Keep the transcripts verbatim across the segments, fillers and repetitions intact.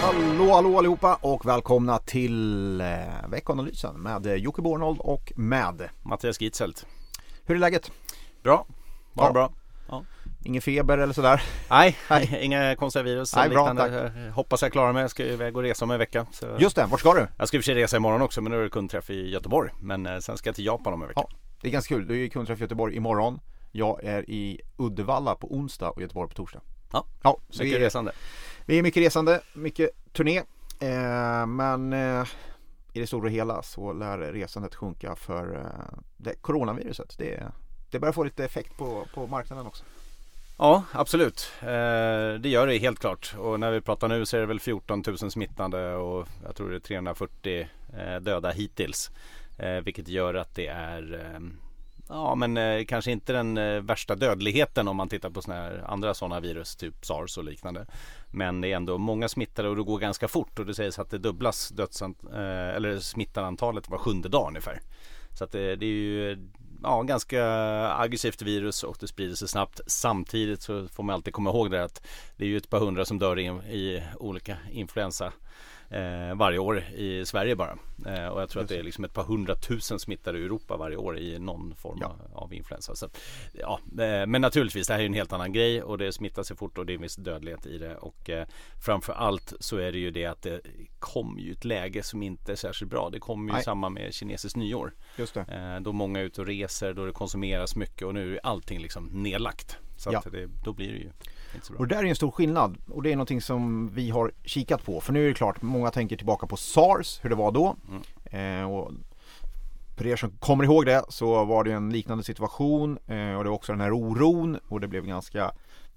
Hallå, hallå allihopa och välkomna till eh, veckanalysen med Jocke Bornold och med Mattias Gitzelt. Hur är läget? Bra, bara ja. bra. Ja. Ingen feber eller sådär? Nej, Nej. inga konstiga virus. Nej, bra, tack. Hoppas jag klarar mig. Jag ska iväg och resa om en vecka. Så... Just det, vart ska du? Jag ska i och för sig resa imorgon också, men nu är det kundträff i Göteborg. Men eh, sen ska jag till Japan om en vecka. Ja, det är ganska kul. Du är kundträff i Göteborg imorgon. Jag är i Uddevalla på onsdag och Göteborg på torsdag. Ja, ja så mycket vi är, resande. Vi är mycket resande, mycket turné. Eh, men eh, i det stora hela så lär resandet sjunka för eh, det coronaviruset. Det, det börjar få lite effekt på, på marknaden också. Ja, absolut. Eh, det gör det helt klart. Och när vi pratar nu så är det väl fjorton tusen smittade och jag tror det är trehundrafyrtio eh, döda hittills. Eh, vilket gör att det är... Eh, Ja, men eh, kanske inte den eh, värsta dödligheten om man tittar på såna här andra sådana virus, typ SARS och liknande. Men det är ändå många smittade och det går ganska fort och det sägs att det dubblas dödsant- eh, eller smittanantalet var sjunde dag ungefär. Så att det, det är ju ja, ganska aggressivt virus och det sprider sig snabbt. Samtidigt så får man alltid komma ihåg det att det är ju ett par hundra som dör i, i olika influensa. Eh, varje år i Sverige bara. Eh, och jag tror Just. att det är liksom ett par hundratusen smittade i Europa varje år i någon form ja. av influensa. Så att, ja, eh, men naturligtvis, det här är en helt annan grej och det smittar sig fort och det är viss dödlighet i det. Och eh, framför allt så är det ju det att det kommer ju ett läge som inte är särskilt bra. Det kommer ju Nej. samma med kinesiskt nyår. Just det. Eh, då många är ute och reser, då det konsumeras mycket och nu är allting liksom nedlagt. Så ja. att det, då blir det ju inte så bra. Och där är en stor skillnad och det är någonting som vi har kikat på. För nu är det klart, många tänker tillbaka på SARS, hur det var då. Mm. Eh, och för er som kommer ihåg det så var det en liknande situation eh, och det var också den här oron och det blev ganska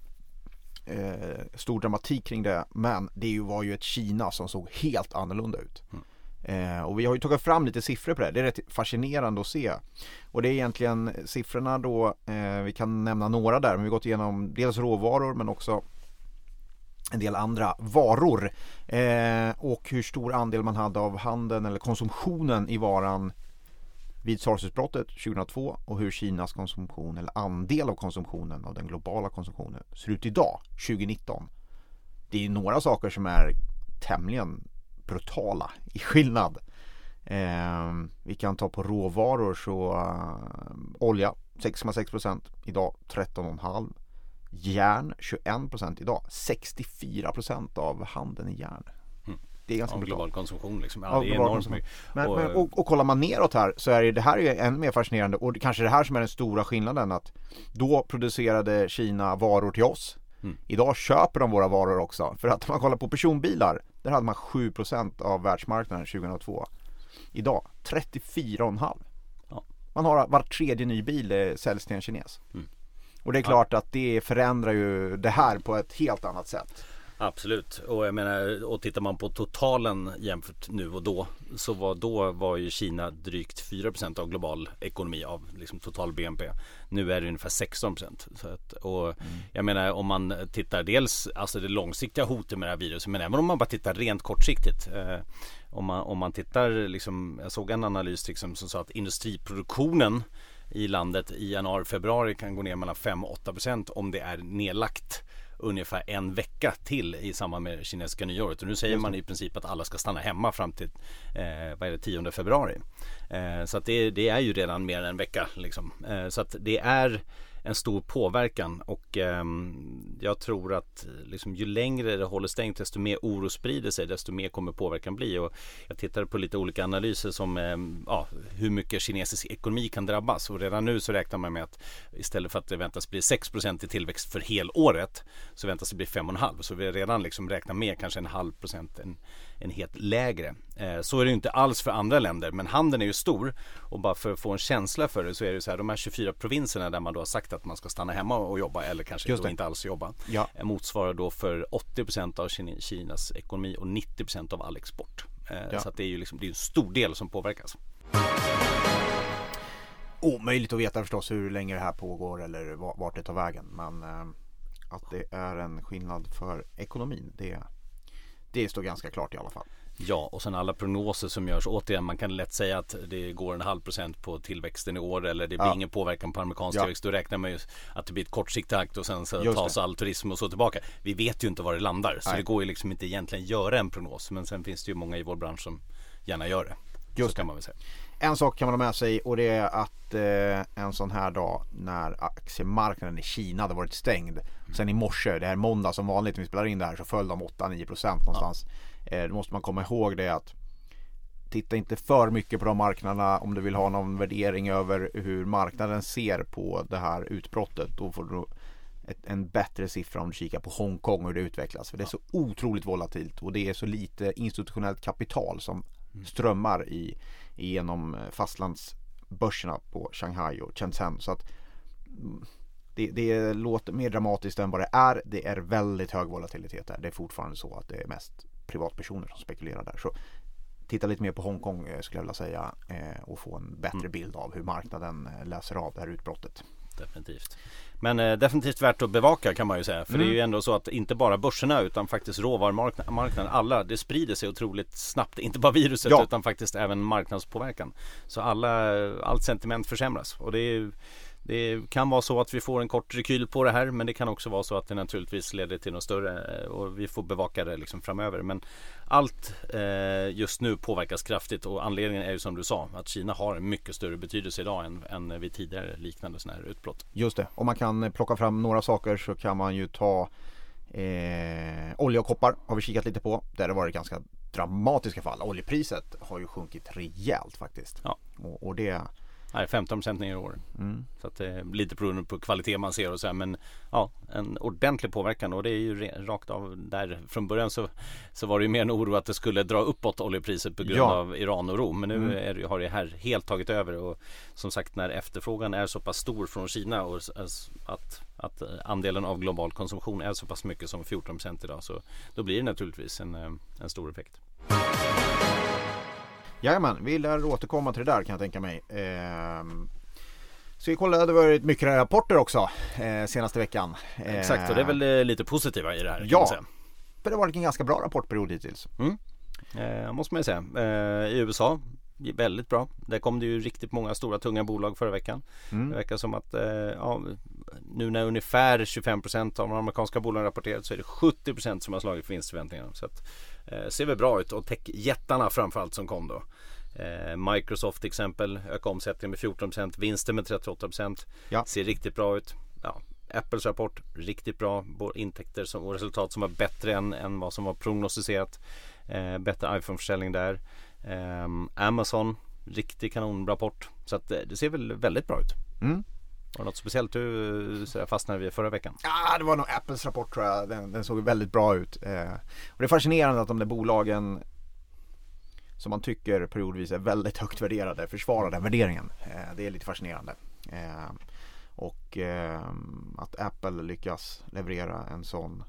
eh, stor dramatik kring det. Men det var ju ett Kina som såg helt annorlunda ut. Mm. Eh, och vi har ju tagit fram lite siffror på det. Det är rätt fascinerande att se. Och det är egentligen siffrorna då, eh, vi kan nämna några där, men vi har gått igenom dels råvaror men också en del andra varor. Eh, och hur stor andel man hade av handeln eller konsumtionen i varan vid SARS-utbrottet tjugohundratvå och hur Kinas konsumtion eller andel av konsumtionen av den globala konsumtionen ser ut idag, tjugonitton. Det är några saker som är tämligen brutala i skillnad. Eh, vi kan ta på råvaror så uh, olja sex komma sex procent idag tretton komma fem. Järn tjugoen procent idag, sextiofyra procent av handeln i järn. Mm. Det är ganska ja, global konsumtion liksom. Ja, ja, det är enormt mycket. Men, och, men, och, och kollar man neråt här så är det, det här är ju ännu mer fascinerande och det, kanske det här som är den stora skillnaden att då producerade Kina varor till oss. Mm. Idag köper de våra varor också. För att om man kollar på personbilar, där hade man sju procent av världsmarknaden tjugohundratvå. Idag trettiofyra komma fem. Ja. Man har var tredje ny bil eh, säljs till en kines. Mm. Och det är klart ja. att det förändrar ju det här på ett helt annat sätt. Absolut, och jag menar, och tittar man på totalen jämfört nu och då så var då var ju Kina drygt fyra procent av global ekonomi av liksom total B N P. Nu är det ungefär sexton procent. Så att, och mm. jag menar om man tittar dels alltså det långsiktiga hotet med det här viruset, men även om man bara tittar rent kortsiktigt. Eh, om man om man tittar liksom, jag såg en analys liksom, som sa att industriproduktionen i landet i januari februari kan gå ner mellan fem och åtta procent om det är nedlagt ungefär en vecka till i samband med kinesiska nyåret. Och nu säger man i princip att alla ska stanna hemma fram till eh, vad är det, tionde februari. Eh, så att det, det är ju redan mer än en vecka. Liksom. Eh, så att det är en stor påverkan och eh, jag tror att liksom, ju längre det håller stängt desto mer oro sprider sig, desto mer kommer påverkan bli. Och jag tittade på lite olika analyser som eh, ja, hur mycket kinesisk ekonomi kan drabbas och redan nu så räknar man med att istället för att det väntas bli sex procent i tillväxt för helåret så väntas det bli fem komma fem. Så vi redan liksom räknar med kanske en halv procent en, en helt lägre. Eh, så är det ju inte alls för andra länder, men handeln är ju stor och bara för att få en känsla för det så är det så här, de här tjugofyra provinserna där man då har sagt att man ska stanna hemma och jobba eller kanske då inte alls jobba ja. motsvarar då för åttio procent av Kinas ekonomi och nittio procent av all export. Eh, ja. Så att det är ju liksom, det är en stor del som påverkas. Omöjligt att veta förstås hur länge det här pågår eller vart det tar vägen, men eh, att det är en skillnad för ekonomin, det, Det står ganska klart i alla fall. Ja, och sen alla prognoser som görs, återigen, man kan lätt säga att det går en halv procent på tillväxten i år eller det blir ja. ingen påverkan på amerikansk ja. tillväxt. Då räknar man ju att det blir ett kortsiktigt akt och sen så tas all turism och så tillbaka. Vi vet ju inte var det landar, så Nej. det går ju liksom inte egentligen göra en prognos, men sen finns det ju många i vår bransch som gärna gör det. Just så kan man väl säga. En sak kan man ha med sig, och det är att eh, en sån här dag när aktiemarknaden i Kina hade varit stängd, sen i morse, det här måndag som vanligt när vi spelar in det här, så föll de åtta till nio procent någonstans. Ja. Eh, då måste man komma ihåg det att titta inte för mycket på de marknaderna om du vill ha någon värdering över hur marknaden ser på det här utbrottet. Då får du ett, en bättre siffra om du kikar på Hongkong och hur det utvecklas. För det är så otroligt volatilt och det är så lite institutionellt kapital som strömmar i, genom fastlandsbörserna på Shanghai och Shenzhen. Så att det, det låter mer dramatiskt än vad det är. Det är väldigt hög volatilitet där. Det är fortfarande så att det är mest privatpersoner som spekulerar där. Så titta lite mer på Hongkong skulle jag vilja säga och få en bättre mm. bild av hur marknaden läser av det här utbrottet. Definitivt. Men eh, definitivt värt att bevaka kan man ju säga. För mm. det är ju ändå så att inte bara börserna utan faktiskt råvarumarknaden, alla, det sprider sig otroligt snabbt. Inte bara viruset ja. utan faktiskt även marknadspåverkan. Så alla, allt sentiment försämras. Och det är Det kan vara så att vi får en kort rekyl på det här, men det kan också vara så att det naturligtvis leder till något större och vi får bevaka det liksom framöver. Men allt eh, just nu påverkas kraftigt och anledningen är ju som du sa att Kina har en mycket större betydelse idag än, än vid tidigare liknande sådana här utbrott. Just det, om man kan plocka fram några saker så kan man ju ta eh, olja och koppar har vi kikat lite på. Där det varit ganska dramatiska fall. Oljepriset har ju sjunkit rejält faktiskt. Ja. Och, och det Nej, femton procent ner i år. Mm. Så att det är lite beroende på kvalitet man ser och så här, men ja, en ordentlig påverkan och det är ju rakt av där från början så, så var det ju mer en oro att det skulle dra uppåt oljepriset på grund ja. av Iran och Rom, men nu mm. är det, har det här helt tagit över och som sagt när efterfrågan är så pass stor från Kina och att, att andelen av global konsumtion är så pass mycket som fjorton procent idag, så då blir det naturligtvis en, en stor effekt. Jajamän, vi lär återkomma till det där kan jag tänka mig. Eh, så vi kollade, det var mycket rapporter också eh, senaste veckan. Eh, Exakt, och det är väl lite positiva i det här. Ja, för det var en ganska bra rapportperiod hittills. Mm. Eh, måste man ju säga. Eh, I U S A, väldigt bra. Där kom det ju riktigt många stora tunga bolag förra veckan. Mm. Det verkar som att eh, ja, nu när ungefär tjugofem procent av de amerikanska bolagen rapporterat så är det sjuttio procent som har slagit för vinstförväntningarna. Så att Eh, ser väl bra ut och techjättarna framförallt som kom då. Eh, Microsoft till exempel ökade omsättningen med fjorton procent, vinsten med trettioåtta procent. Ja. Ser riktigt bra ut. Ja, Apples rapport riktigt bra, intäkter som, och resultat som var bättre än, än vad som var prognostiserat. Eh, bättre iPhone-försäljning där. Eh, Amazon, riktig kanonrapport. Så att eh, det ser väl väldigt bra ut. Mm. Var det något speciellt du fastnade vid förra veckan? Ja, det var nog Apples rapport tror jag. Den, den såg väldigt bra ut. Eh, och det är fascinerande att de där bolagen som man tycker periodvis är väldigt högt värderade försvarar den värderingen. Eh, det är lite fascinerande. Eh, och eh, att Apple lyckas leverera en sån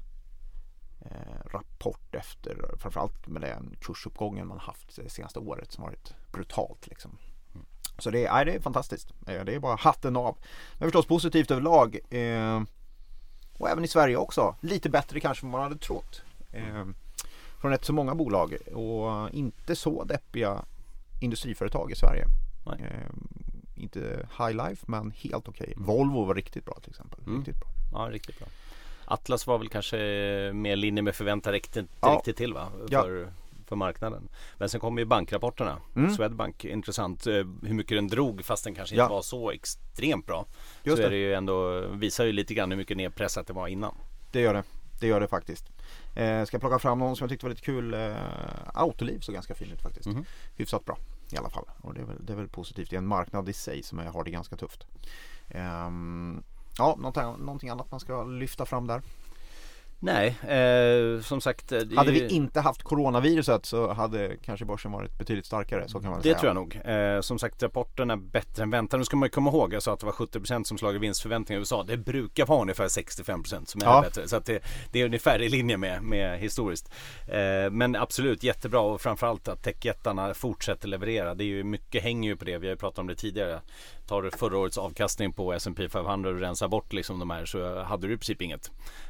eh, rapport efter framförallt med den kursuppgången man haft det senaste året som varit brutalt liksom. Så det är, det är fantastiskt. Det är bara hatten av. Men förstås positivt överlag. Eh, och även i Sverige också. Lite bättre kanske än man hade trott. Eh, från rätt så många bolag. Och inte så deppiga industriföretag i Sverige. Eh, inte high life men helt okej. Okay. Volvo var riktigt bra till exempel. Mm. Riktigt bra. Ja, riktigt bra. Atlas var väl kanske mer linje med förväntan riktigt, ja. riktigt till va? För... Ja. för marknaden. Men sen kommer ju bankrapporterna. Mm. Swedbank, intressant hur mycket den drog fast den kanske ja. inte var så extremt bra. Just så det. Är det ju ändå, visar ju lite grann hur mycket nedpressat det var innan. Det gör det. Det gör det faktiskt. Eh, ska jag plocka fram någon som jag tyckte var lite kul. Eh, Autoliv så ganska fin ut faktiskt. Mm. Hyfsat bra i alla fall. Och det är väl, det är väl positivt. Det är en marknad i sig som har det ganska tufft. Eh, ja, någonting, någonting annat man ska lyfta fram där. Nej, eh, som sagt det, hade vi inte haft coronaviruset så hade kanske börsen varit betydligt starkare, så kan man det säga. Det tror jag nog. Eh, som sagt, rapporten är bättre än väntan. Nu ska man ju komma ihåg, jag sa att det var sjuttio procent som slagit vinstförväntningar i U S A. Det brukar vara ungefär sextiofem procent som är ja. bättre. Så att det, det är ungefär i linje med, med historiskt. Eh, men absolut, jättebra och framförallt att techjättarna fortsätter leverera. Det är ju mycket hänger ju på det. Vi har ju pratat om det tidigare. Tar du förra årets avkastning på S and P femhundra och rensar bort liksom de här så hade du i princip inget.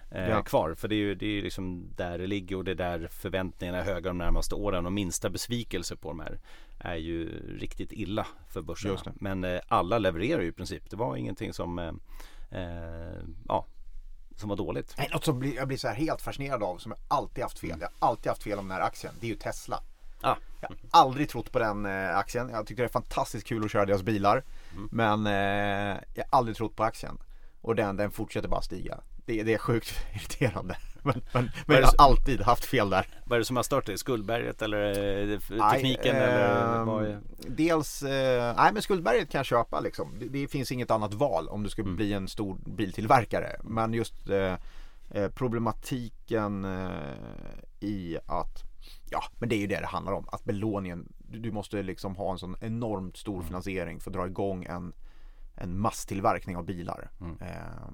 eh, ja. kvar. För det är ju det är liksom där det ligger och det är där förväntningarna är höga de närmaste åren och minsta besvikelse på de här är ju riktigt illa för börsen. Men eh, alla levererar ju i princip. Det var ingenting som eh, eh, ja, som var dåligt. Nej, något som blir, jag blir så här helt fascinerad av, som jag alltid haft fel. Jag har alltid haft fel om den här aktien. Det är ju Tesla. Ah. Jag har aldrig trott på den eh, aktien. Jag tycker det är fantastiskt kul att köra deras bilar. Mm. Men eh, jag har aldrig trott på aktien. Och den, den fortsätter bara stiga. Det, det är sjukt irriterande. Men, men, men jag har alltid haft fel där. Vad är det som har stört dig? Skuldberget eller tekniken? Nej, eller eh, vad är... Dels, eh, nej men skuldberget kan jag köpa liksom. det, det finns inget annat val om du ska mm. bli en stor biltillverkare. Men just eh, problematiken eh, i att, ja men det är ju det det handlar om. Att belåningen, du, du måste liksom ha en sån enormt stor mm. finansiering för att dra igång en, en masstillverkning av bilar. Mm. Eh,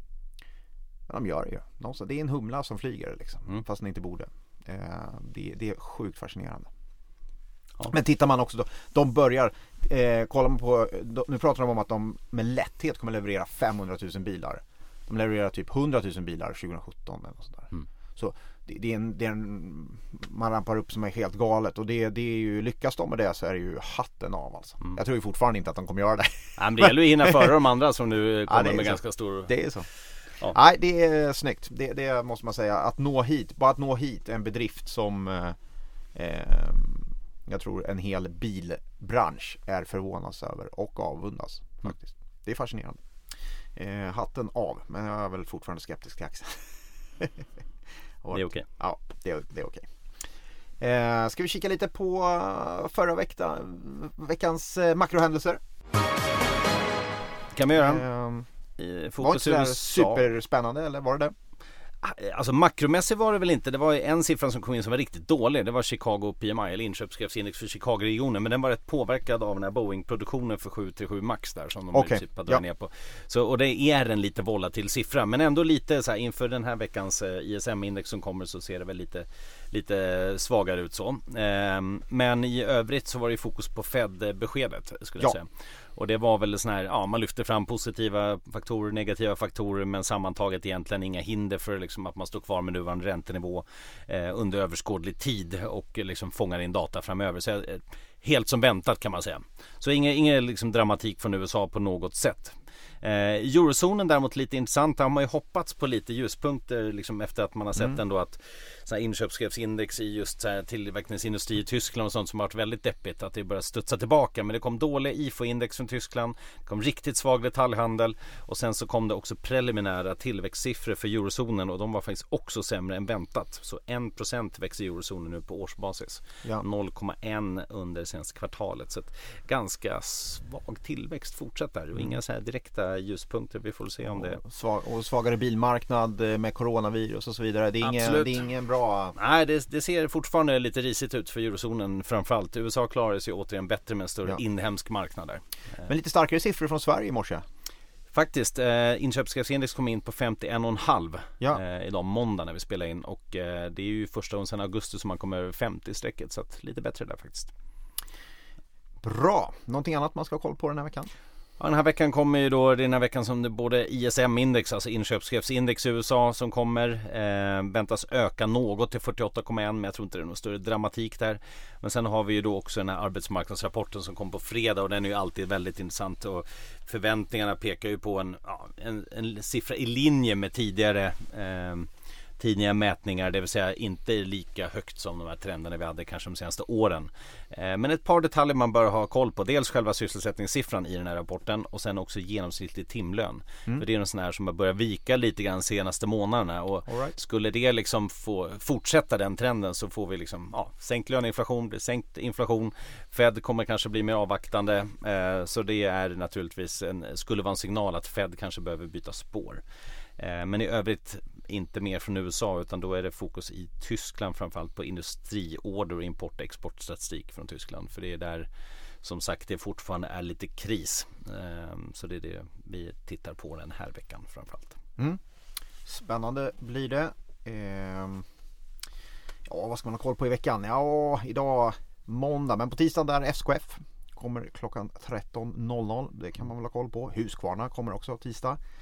Men de gör det ju. Det är en humla som flyger liksom, mm. fast den inte borde. Det, det är sjukt fascinerande. Ja. Men tittar man också då, de börjar, eh, kollar man på, de, nu pratar de om att de med lätthet kommer leverera femhundratusen bilar. De levererar typ hundratusen bilar tjugosjutton eller något sånt där. Mm. Så det, det, är en, det är en, man rampar upp som är helt galet och det, det är ju, lyckas de med det så är det ju hatten av alltså. Mm. Jag tror ju fortfarande inte att de kommer göra det. Ja, men det gäller ju att hinna före de andra som nu kommer ja, med så. Ganska stor... Det är så. Ja. Nej, det är snyggt. Det, det måste man säga. Att nå hit, bara att nå hit är en bedrift som eh, jag tror en hel bilbransch är förvånas över och avundas faktiskt. Mm. Det är fascinerande. Eh, hatten av, men jag är väl fortfarande skeptisk till aktien. Det är okej. Okay. Ja, det är, det är okej. Okay. Eh, ska vi kika lite på förra vecka, veckans eh, makrohändelser? Kan vi göra? Eh, Var inte det superspännande eller var det det? Alltså makromässigt var det väl inte. Det var en siffra som kom in som var riktigt dålig. Det var Chicago P M I eller inköpschefsindex för Chicago-regionen. Men den var rätt påverkad av den här Boeing-produktionen för sju till sju max där som de okay. typ drar ja. ner på. Så, och det är en lite volatil siffra. Men ändå lite så här, inför den här veckans I S M-index som kommer så ser det väl lite, lite svagare ut så. Ehm, men i övrigt så var det fokus på Fed-beskedet skulle jag ja. säga. Och det var väl sån här, ja man lyfter fram positiva faktorer, negativa faktorer men sammantaget egentligen inga hinder för liksom att man står kvar med nuvarande räntenivå eh, under överskådlig tid och liksom fångar in data framöver. Så eh, helt som väntat kan man säga. Så ingen, ingen liksom dramatik från U S A på något sätt. Eh, Eurozonen däremot lite intressant. Har man ju hoppats på lite ljuspunkter liksom efter att man har sett mm. ändå att så här, inköpschefsindex i just så här, tillverkningsindustri i Tyskland och sånt som har varit väldigt deppigt att det börjar studsa tillbaka. Men det kom dåliga I F O-index från Tyskland. Det kom riktigt svag detaljhandel och sen så kom det också preliminära tillväxtsiffror för Eurozonen och de var faktiskt också sämre än väntat. Så en procent växer Eurozonen nu på årsbasis. Ja. noll komma ett under senaste kvartalet. Så ett ganska svag tillväxt fortsätter och inga så här direkta ljuspunkter. Vi får se om det Svag, och svagare bilmarknad med coronavirus och så vidare. Det är ingen, det är ingen bra... Nej, det, det ser fortfarande lite risigt ut för Eurozonen framförallt. U S A klarar sig återigen bättre med en större ja. inhemsk marknad där. Men lite starkare siffror från Sverige i morse. Faktiskt, eh, inköpschefsindex kom in på femtioen komma fem ja. eh, idag måndag när vi spelar in och eh, det är ju första gången sedan augusti som man kommer över femtio-strecket så att lite bättre där faktiskt. Bra, någonting annat man ska ha koll på den här veckan? Ja, den här veckan kommer ju då, den här veckan som det både I S M-index, alltså inköpschefsindex i U S A som kommer, eh, väntas öka något till fyrtioåtta komma ett men jag tror inte det är någon större dramatik där. Men sen har vi ju då också den här arbetsmarknadsrapporten som kom på fredag och den är ju alltid väldigt intressant och förväntningarna pekar ju på en, ja, en, en siffra i linje med tidigare eh, tidigare mätningar, det vill säga inte lika högt som de här trenderna vi hade kanske de senaste åren. Eh, men ett par detaljer man bör ha koll på. Dels själva sysselsättningssiffran i den här rapporten och sen också genomsnittlig timlön. Mm. För det är en sån här som har börjat vika lite grann de senaste månaderna och right. skulle det liksom få fortsätta den trenden så får vi liksom ja, sänkt löneinflation, blir sänkt inflation. Fed kommer kanske bli mer avvaktande eh, så det är naturligtvis en, skulle vara en signal att Fed kanske behöver byta spår. Eh, men i övrigt inte mer från U S A utan då är det fokus i Tyskland framförallt på industriorder och import- och exportstatistik från Tyskland för det är där som sagt det fortfarande är lite kris ehm, så det är det vi tittar på den här veckan framförallt. Mm. Spännande blir det. Ehm, ja, vad ska man ha koll på i veckan? Ja, idag måndag men på tisdag där S K F kommer klockan tretton noll noll. Det kan man väl ha koll på. Husqvarna kommer också tisdag.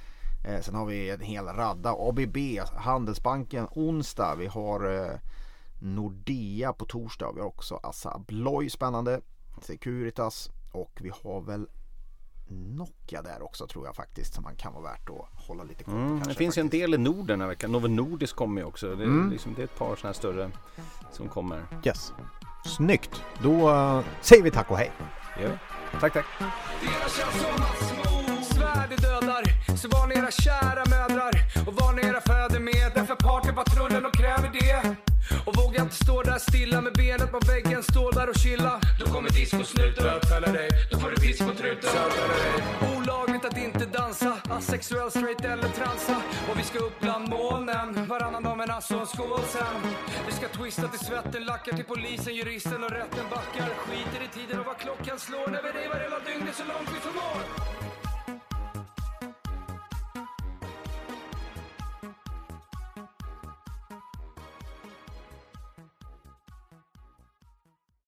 Eh, sen har vi en hel radda. A B B, Handelsbanken onsdag. Vi har eh, Nordea på torsdag. Vi har också Assa Abloy, spännande. Securitas. Och vi har väl Nokia där också, tror jag faktiskt, som man kan vara värt att hålla lite koll på. Mm, kanske, det finns faktiskt. ju en del i Norden den här veckan. Novo Nordisk kommer ju också. Det är, Mm. liksom, det är ett par sådana här större som kommer. Yes. Snyggt. Då uh, säger vi tack och hej. Ja. Tack, tack. Deras känns som att små svärd dödar. Så var ni era kära mödrar och var ni era fäder med. Därför partypatrullen och kräver det. Och våga inte stå där stilla med benet på väggen. Stå där och chilla. Då kommer discosnuten bötfälla dig. Då får du discotruten bötfälla dig. Olagligt att inte dansa. Asexuell, straight eller transa. Och vi ska upp bland molnen. Varannan dag med nasso och skål sen. Vi ska twista till svetten. Lackar till polisen, juristen och rätten backar. Skiter i tiden och vad klockan slår. När vi rivar hela dygnet så långt vi förmår.